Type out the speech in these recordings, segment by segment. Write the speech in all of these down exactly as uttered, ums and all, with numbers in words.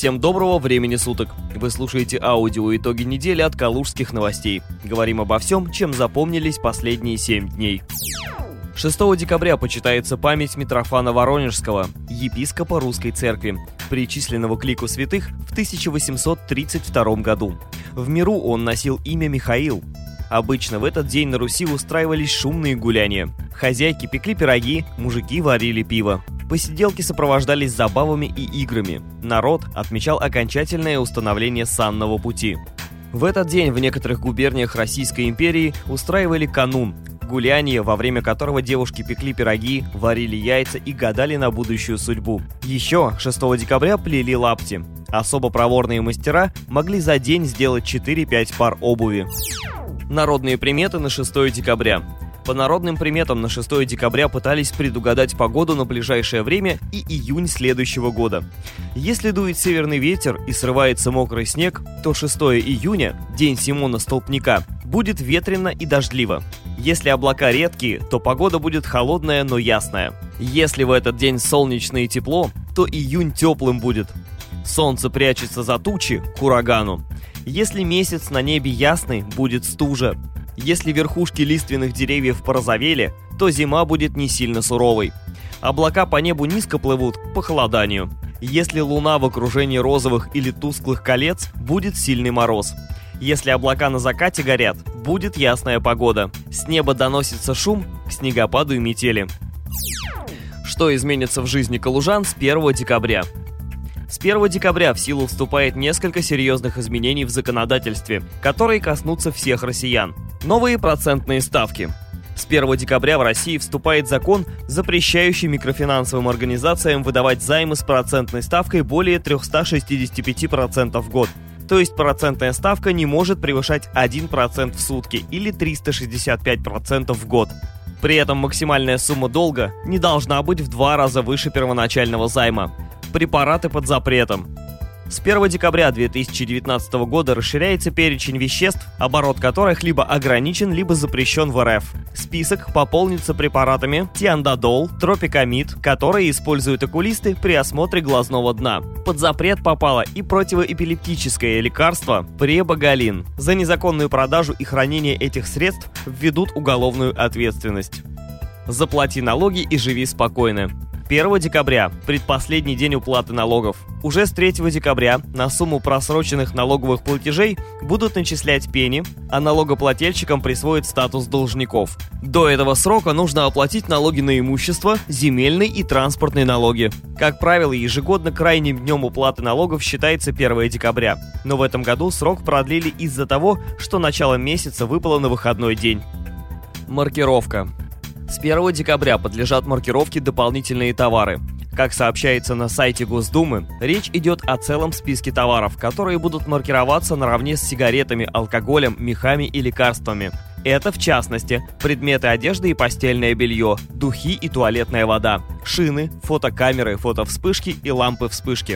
Всем доброго времени суток. Вы слушаете аудио «Итоги недели» от Калужских новостей. Говорим обо всем, чем запомнились последние семь дней. шестого декабря почитается память Митрофана Воронежского, епископа Русской Церкви, причисленного к лику святых в тысяча восемьсот тридцать втором году. В миру он носил имя Михаил. Обычно в этот день на Руси устраивались шумные гуляния. Хозяйки пекли пироги, мужики варили пиво. Посиделки сопровождались забавами и играми. Народ отмечал окончательное установление санного пути. В этот день в некоторых губерниях Российской империи устраивали канун – гуляние, во время которого девушки пекли пироги, варили яйца и гадали на будущую судьбу. Еще шестого декабря плели лапти. Особо проворные мастера могли за день сделать четыре-пять пар обуви. Народные приметы на шестое декабря. По народным приметам на шестое декабря пытались предугадать погоду на ближайшее время и июнь следующего года. Если дует северный ветер и срывается мокрый снег, то шестого июня, день Симона Столпника, будет ветрено и дождливо. Если облака редкие, то погода будет холодная, но ясная. Если в этот день солнечно и тепло, то июнь теплым будет. Солнце прячется за тучи к урагану. Если месяц на небе ясный, будет стужа. Если верхушки лиственных деревьев порозовели, то зима будет не сильно суровой. Облака по небу низко плывут к похолоданию. Если луна в окружении розовых или тусклых колец, будет сильный мороз. Если облака на закате горят, будет ясная погода. С неба доносится шум к снегопаду и метели. Что изменится в жизни калужан с первого декабря? С первого декабря в силу вступает несколько серьезных изменений в законодательстве, которые коснутся всех россиян. Новые процентные ставки. С первого декабря в России вступает закон, запрещающий микрофинансовым организациям выдавать займы с процентной ставкой более триста шестьдесят пять процентов в год. То есть процентная ставка не может превышать один процент в сутки или триста шестьдесят пять процентов в год. При этом максимальная сумма долга не должна быть в два раза выше первоначального займа. Препараты под запретом. С первого декабря две тысячи девятнадцатого года расширяется перечень веществ, оборот которых либо ограничен, либо запрещен в эр эф. Список пополнится препаратами тиандадол, тропикамид, которые используют окулисты при осмотре глазного дна. Под запрет попало и противоэпилептическое лекарство пребогалин. За незаконную продажу и хранение этих средств введут уголовную ответственность. Заплати налоги и живи спокойно. первого декабря – предпоследний день уплаты налогов. Уже с третьего декабря на сумму просроченных налоговых платежей будут начислять пени, а налогоплательщикам присвоят статус должников. До этого срока нужно оплатить налоги на имущество, земельные и транспортные налоги. Как правило, ежегодно крайним днем уплаты налогов считается первого декабря. Но в этом году срок продлили из-за того, что начало месяца выпало на выходной день. Маркировка. С первого декабря подлежат маркировке дополнительные товары. Как сообщается на сайте Госдумы, речь идет о целом списке товаров, которые будут маркироваться наравне с сигаретами, алкоголем, мехами и лекарствами. Это, в частности, предметы одежды и постельное белье, духи и туалетная вода, шины, фотокамеры, фотовспышки и лампы-вспышки.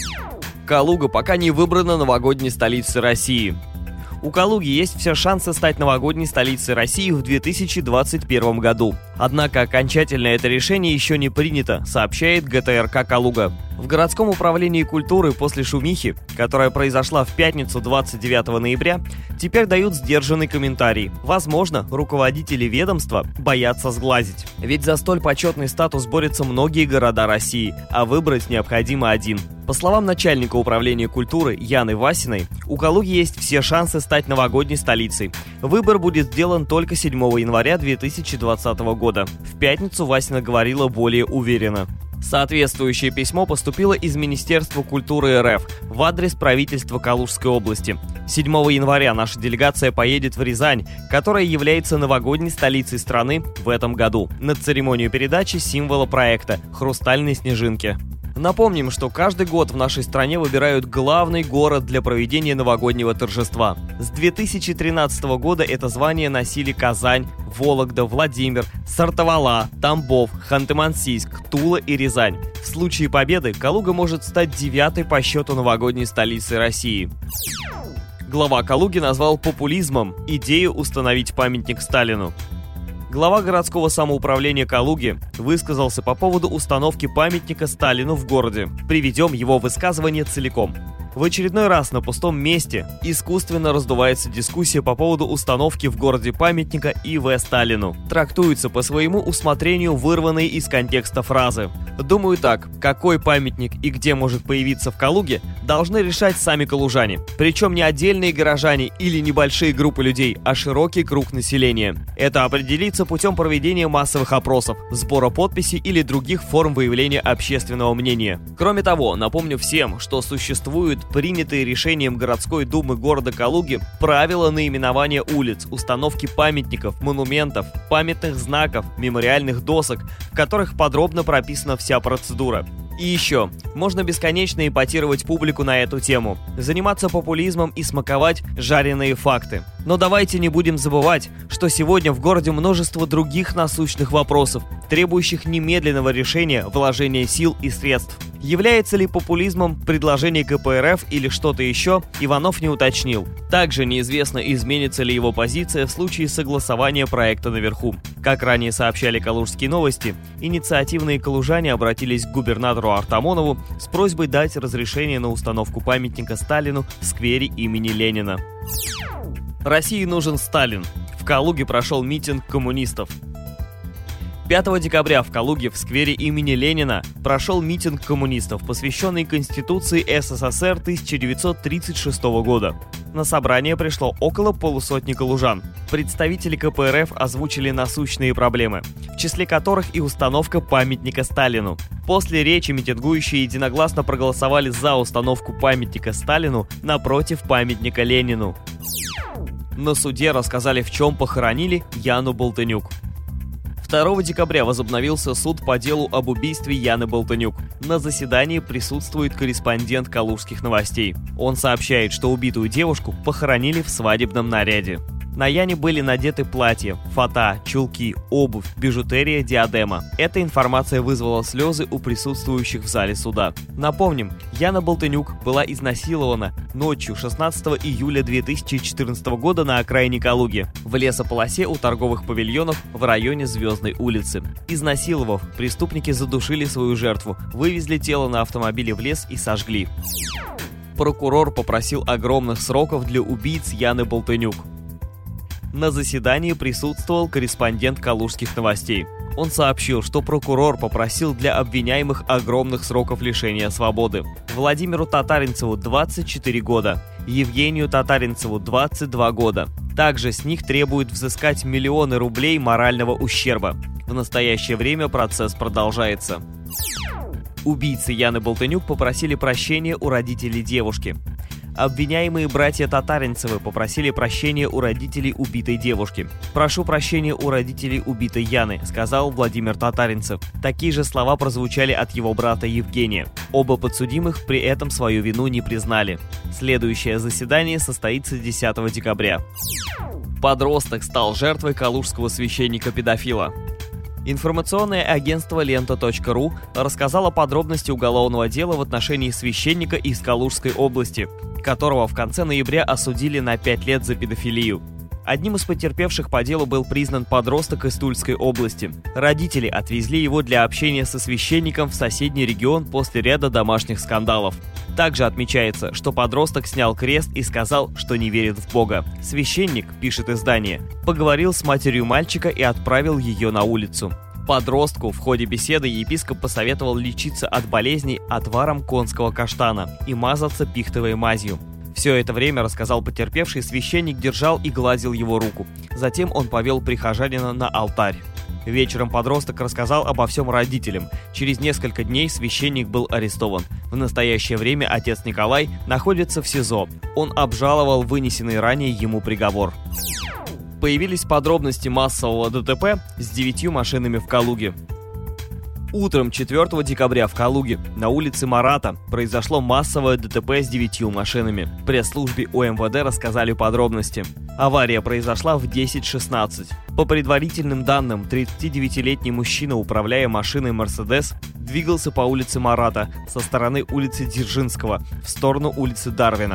Калуга пока не выбрана новогодней столицей России. У Калуги есть все шансы стать новогодней столицей России в две тысячи двадцать первом году. Однако окончательно это решение еще не принято, сообщает гэ тэ эр ка «Калуга». В городском управлении культуры после шумихи, которая произошла в пятницу двадцать девятого ноября, теперь дают сдержанный комментарий. Возможно, руководители ведомства боятся сглазить. Ведь за столь почетный статус борются многие города России, а выбрать необходимо один. По словам начальника управления культуры Яны Васиной, у Калуги есть все шансы стать новогодней столицей. Выбор будет сделан только седьмого января две тысячи двадцатого года. В пятницу Васина говорила более уверенно. Соответствующее письмо поступило из Министерства культуры эр эф в адрес правительства Калужской области. седьмого января наша делегация поедет в Рязань, которая является новогодней столицей страны в этом году, на церемонию передачи символа проекта «Хрустальной снежинки». Напомним, что каждый год в нашей стране выбирают главный город для проведения новогоднего торжества. С две тысячи тринадцатого года это звание носили Казань, Вологда, Владимир, Сартовала, Тамбов, Ханты-Мансийск, Тула и Рязань. В случае победы Калуга может стать девятой по счету новогодней столицей России. Глава Калуги назвал популизмом идею установить памятник Сталину. Глава городского самоуправления Калуги высказался по поводу установки памятника Сталину в городе. Приведем его высказывание целиком. В очередной раз на пустом месте искусственно раздувается дискуссия по поводу установки в городе памятника И В Сталину. Трактуются по своему усмотрению вырванные из контекста фразы. Думаю так, какой памятник и где может появиться в Калуге, должны решать сами калужане. Причем не отдельные горожане или небольшие группы людей, а широкий круг населения. Это определится путем проведения массовых опросов, сбора подписей или других форм выявления общественного мнения. Кроме того, напомню всем, что существуют принятые решением городской думы города Калуги правила наименования улиц, установки памятников, монументов, памятных знаков, мемориальных досок, в которых подробно прописана вся процедура. И еще, можно бесконечно эпатировать публику на эту тему, заниматься популизмом и смаковать жареные факты. Но давайте не будем забывать, что сегодня в городе множество других насущных вопросов, требующих немедленного решения, вложения сил и средств. Является ли популизмом предложение Ка Пэ Эр Эф или что-то еще, Иванов не уточнил. Также неизвестно, изменится ли его позиция в случае согласования проекта наверху. Как ранее сообщали Калужские новости, инициативные калужане обратились к губернатору Артамонову с просьбой дать разрешение на установку памятника Сталину в сквере имени Ленина. России нужен Сталин. В Калуге прошел митинг коммунистов. пятого декабря в Калуге в сквере имени Ленина прошел митинг коммунистов, посвященный Конституции Эс Эс Эс Эр тысяча девятьсот тридцать шестого года. На собрание пришло около полусотни калужан. Представители Ка Пэ Эр Эф озвучили насущные проблемы, в числе которых и установка памятника Сталину. После речи митингующие единогласно проголосовали за установку памятника Сталину напротив памятника Ленину. На суде рассказали, в чем похоронили Яну Болтынюк. второго декабря возобновился суд по делу об убийстве Яны Болтынюк. На заседании присутствует корреспондент Калужских новостей. Он сообщает, что убитую девушку похоронили в свадебном наряде. На Яне были надеты платья, фата, чулки, обувь, бижутерия, диадема. Эта информация вызвала слезы у присутствующих в зале суда. Напомним, Яна Болтынюк была изнасилована ночью шестнадцатого июля две тысячи четырнадцатого года на окраине Калуги, в лесополосе у торговых павильонов в районе Звездной улицы. Изнасиловав, преступники задушили свою жертву, вывезли тело на автомобиле в лес и сожгли. Прокурор попросил огромных сроков для убийц Яны Болтынюк. На заседании присутствовал корреспондент Калужских новостей. Он сообщил, что прокурор попросил для обвиняемых огромных сроков лишения свободы. Владимиру Татаринцеву двадцать четыре года, Евгению Татаринцеву двадцать два года. Также с них требуют взыскать миллионы рублей морального ущерба. В настоящее время процесс продолжается. Убийцы Яны Болтынюк попросили прощения у родителей девушки. Обвиняемые братья Татаринцевы попросили прощения у родителей убитой девушки. «Прошу прощения у родителей убитой Яны», — сказал Владимир Татаринцев. Такие же слова прозвучали от его брата Евгения. Оба подсудимых при этом свою вину не признали. Следующее заседание состоится десятого декабря. Подросток стал жертвой калужского священника-педофила. Информационное агентство лента точка ру рассказало подробности уголовного дела в отношении священника из Калужской области, которого в конце ноября осудили на пять лет за педофилию. Одним из потерпевших по делу был признан подросток из Тульской области. Родители отвезли его для общения со священником в соседний регион после ряда домашних скандалов. Также отмечается, что подросток снял крест и сказал, что не верит в Бога. Священник, пишет издание, поговорил с матерью мальчика и отправил ее на улицу. Подростку в ходе беседы епископ посоветовал лечиться от болезней отваром конского каштана и мазаться пихтовой мазью. Все это время, рассказал потерпевший, священник держал и гладил его руку. Затем он повел прихожанина на алтарь. Вечером подросток рассказал обо всем родителям. Через несколько дней священник был арестован. В настоящее время отец Николай находится в СИЗО. Он обжаловал вынесенный ранее ему приговор. Появились подробности массового Дэ Тэ Пэ с девятью машинами в Калуге. Утром четвёртого декабря в Калуге на улице Марата произошло массовое Дэ Тэ Пэ с девятью машинами. В пресс-службе О Эм Вэ Дэ рассказали подробности. Авария произошла в десять шестнадцать. По предварительным данным, тридцатидевятилетний мужчина, управляя машиной «Мерседес», двигался по улице Марата со стороны улицы Дзержинского в сторону улицы Дарвина.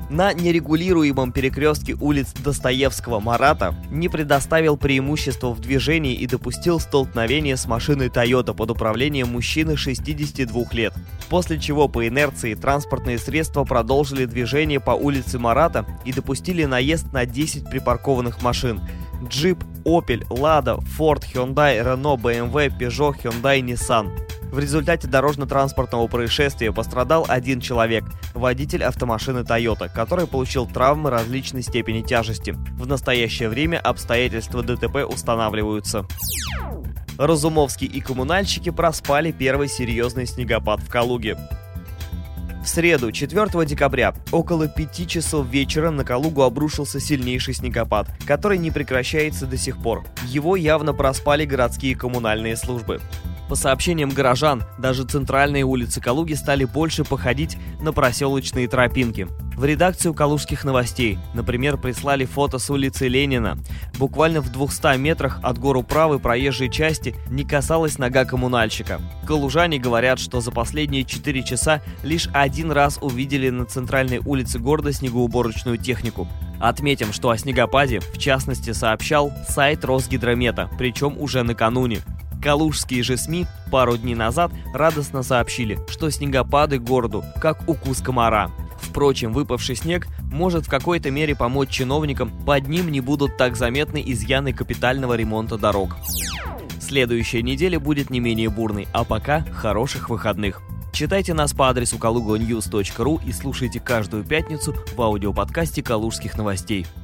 На нерегулируемом перекрестке улиц Достоевского Марата не предоставил преимущество в движении и допустил столкновение с машиной Toyota под управлением мужчины шестидесяти двух лет. После чего по инерции транспортные средства продолжили движение по улице Марата и допустили наезд на десять припаркованных машин. Джип, Opel, Lada, Ford, Hyundai, Renault, бэ эм вэ, Peugeot, Hyundai, Nissan. В результате дорожно-транспортного происшествия пострадал один человек – водитель автомашины Toyota, который получил травмы различной степени тяжести. В настоящее время обстоятельства ДТП устанавливаются. Разумовский и коммунальщики проспали первый серьезный снегопад в Калуге. В среду, четвёртого декабря, около пяти часов вечера на Калугу обрушился сильнейший снегопад, который не прекращается до сих пор. Его явно проспали городские коммунальные службы. По сообщениям горожан, даже центральные улицы Калуги стали больше походить на проселочные тропинки. В редакцию «Калужских новостей», например, прислали фото с улицы Ленина. Буквально в двухстах метрах от горуправой проезжей части не касалась нога коммунальщика. Калужане говорят, что за последние четыре часа лишь один раз увидели на центральной улице города снегоуборочную технику. Отметим, что о снегопаде, в частности, сообщал сайт Росгидромета, причем уже накануне. Калужские же СМИ пару дней назад радостно сообщили, что снегопады городу как укус комара. Впрочем, выпавший снег может в какой-то мере помочь чиновникам, под ним не будут так заметны изъяны капитального ремонта дорог. Следующая неделя будет не менее бурной, а пока хороших выходных. Читайте нас по адресу калуга ньюс точка ру и слушайте каждую пятницу в аудиоподкасте «Калужских новостей».